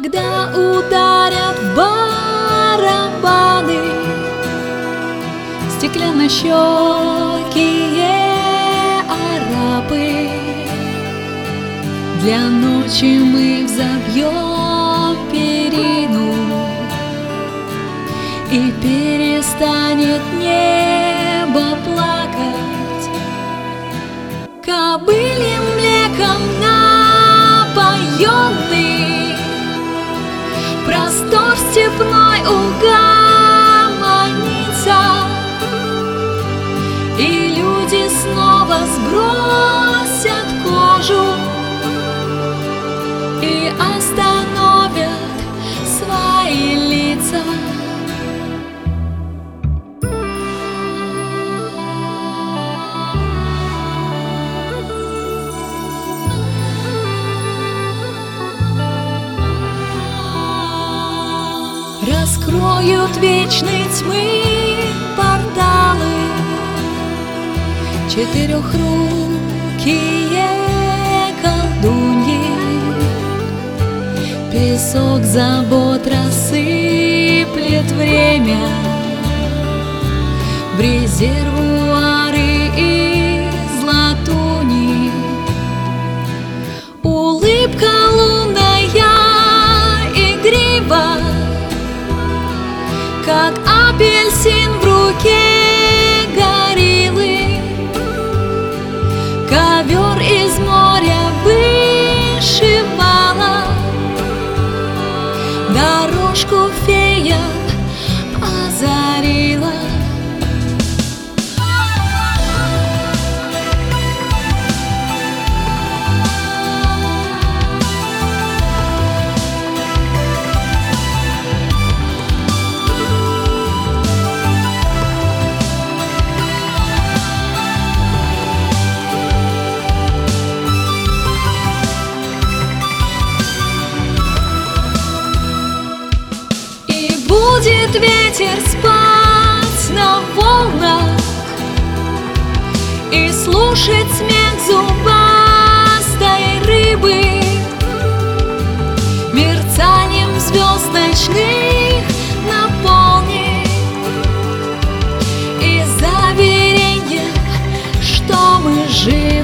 когда ударят в барабаны стеклянно-щекие арабы. Для ночи мы взобьем перину, и перестанет небо плакать. Кобыльем млеком напоенный простор степной угомонится, и люди снова сбросят кожу и остановят свои лица. Раскроют вечной тьмы порталы четырехрукие колдуньи. Песок забот рассыплет время в резервуары из латуни. Улыбка лунная игрива, как апельсин в руке гориллы. Ковер из моря вышивала, дорожку фея озарила. Будет ветер спать на волнах и слушать смех зубастой рыбы. Мерцанием звезд ночных наполнит и заверенье, что мы живы.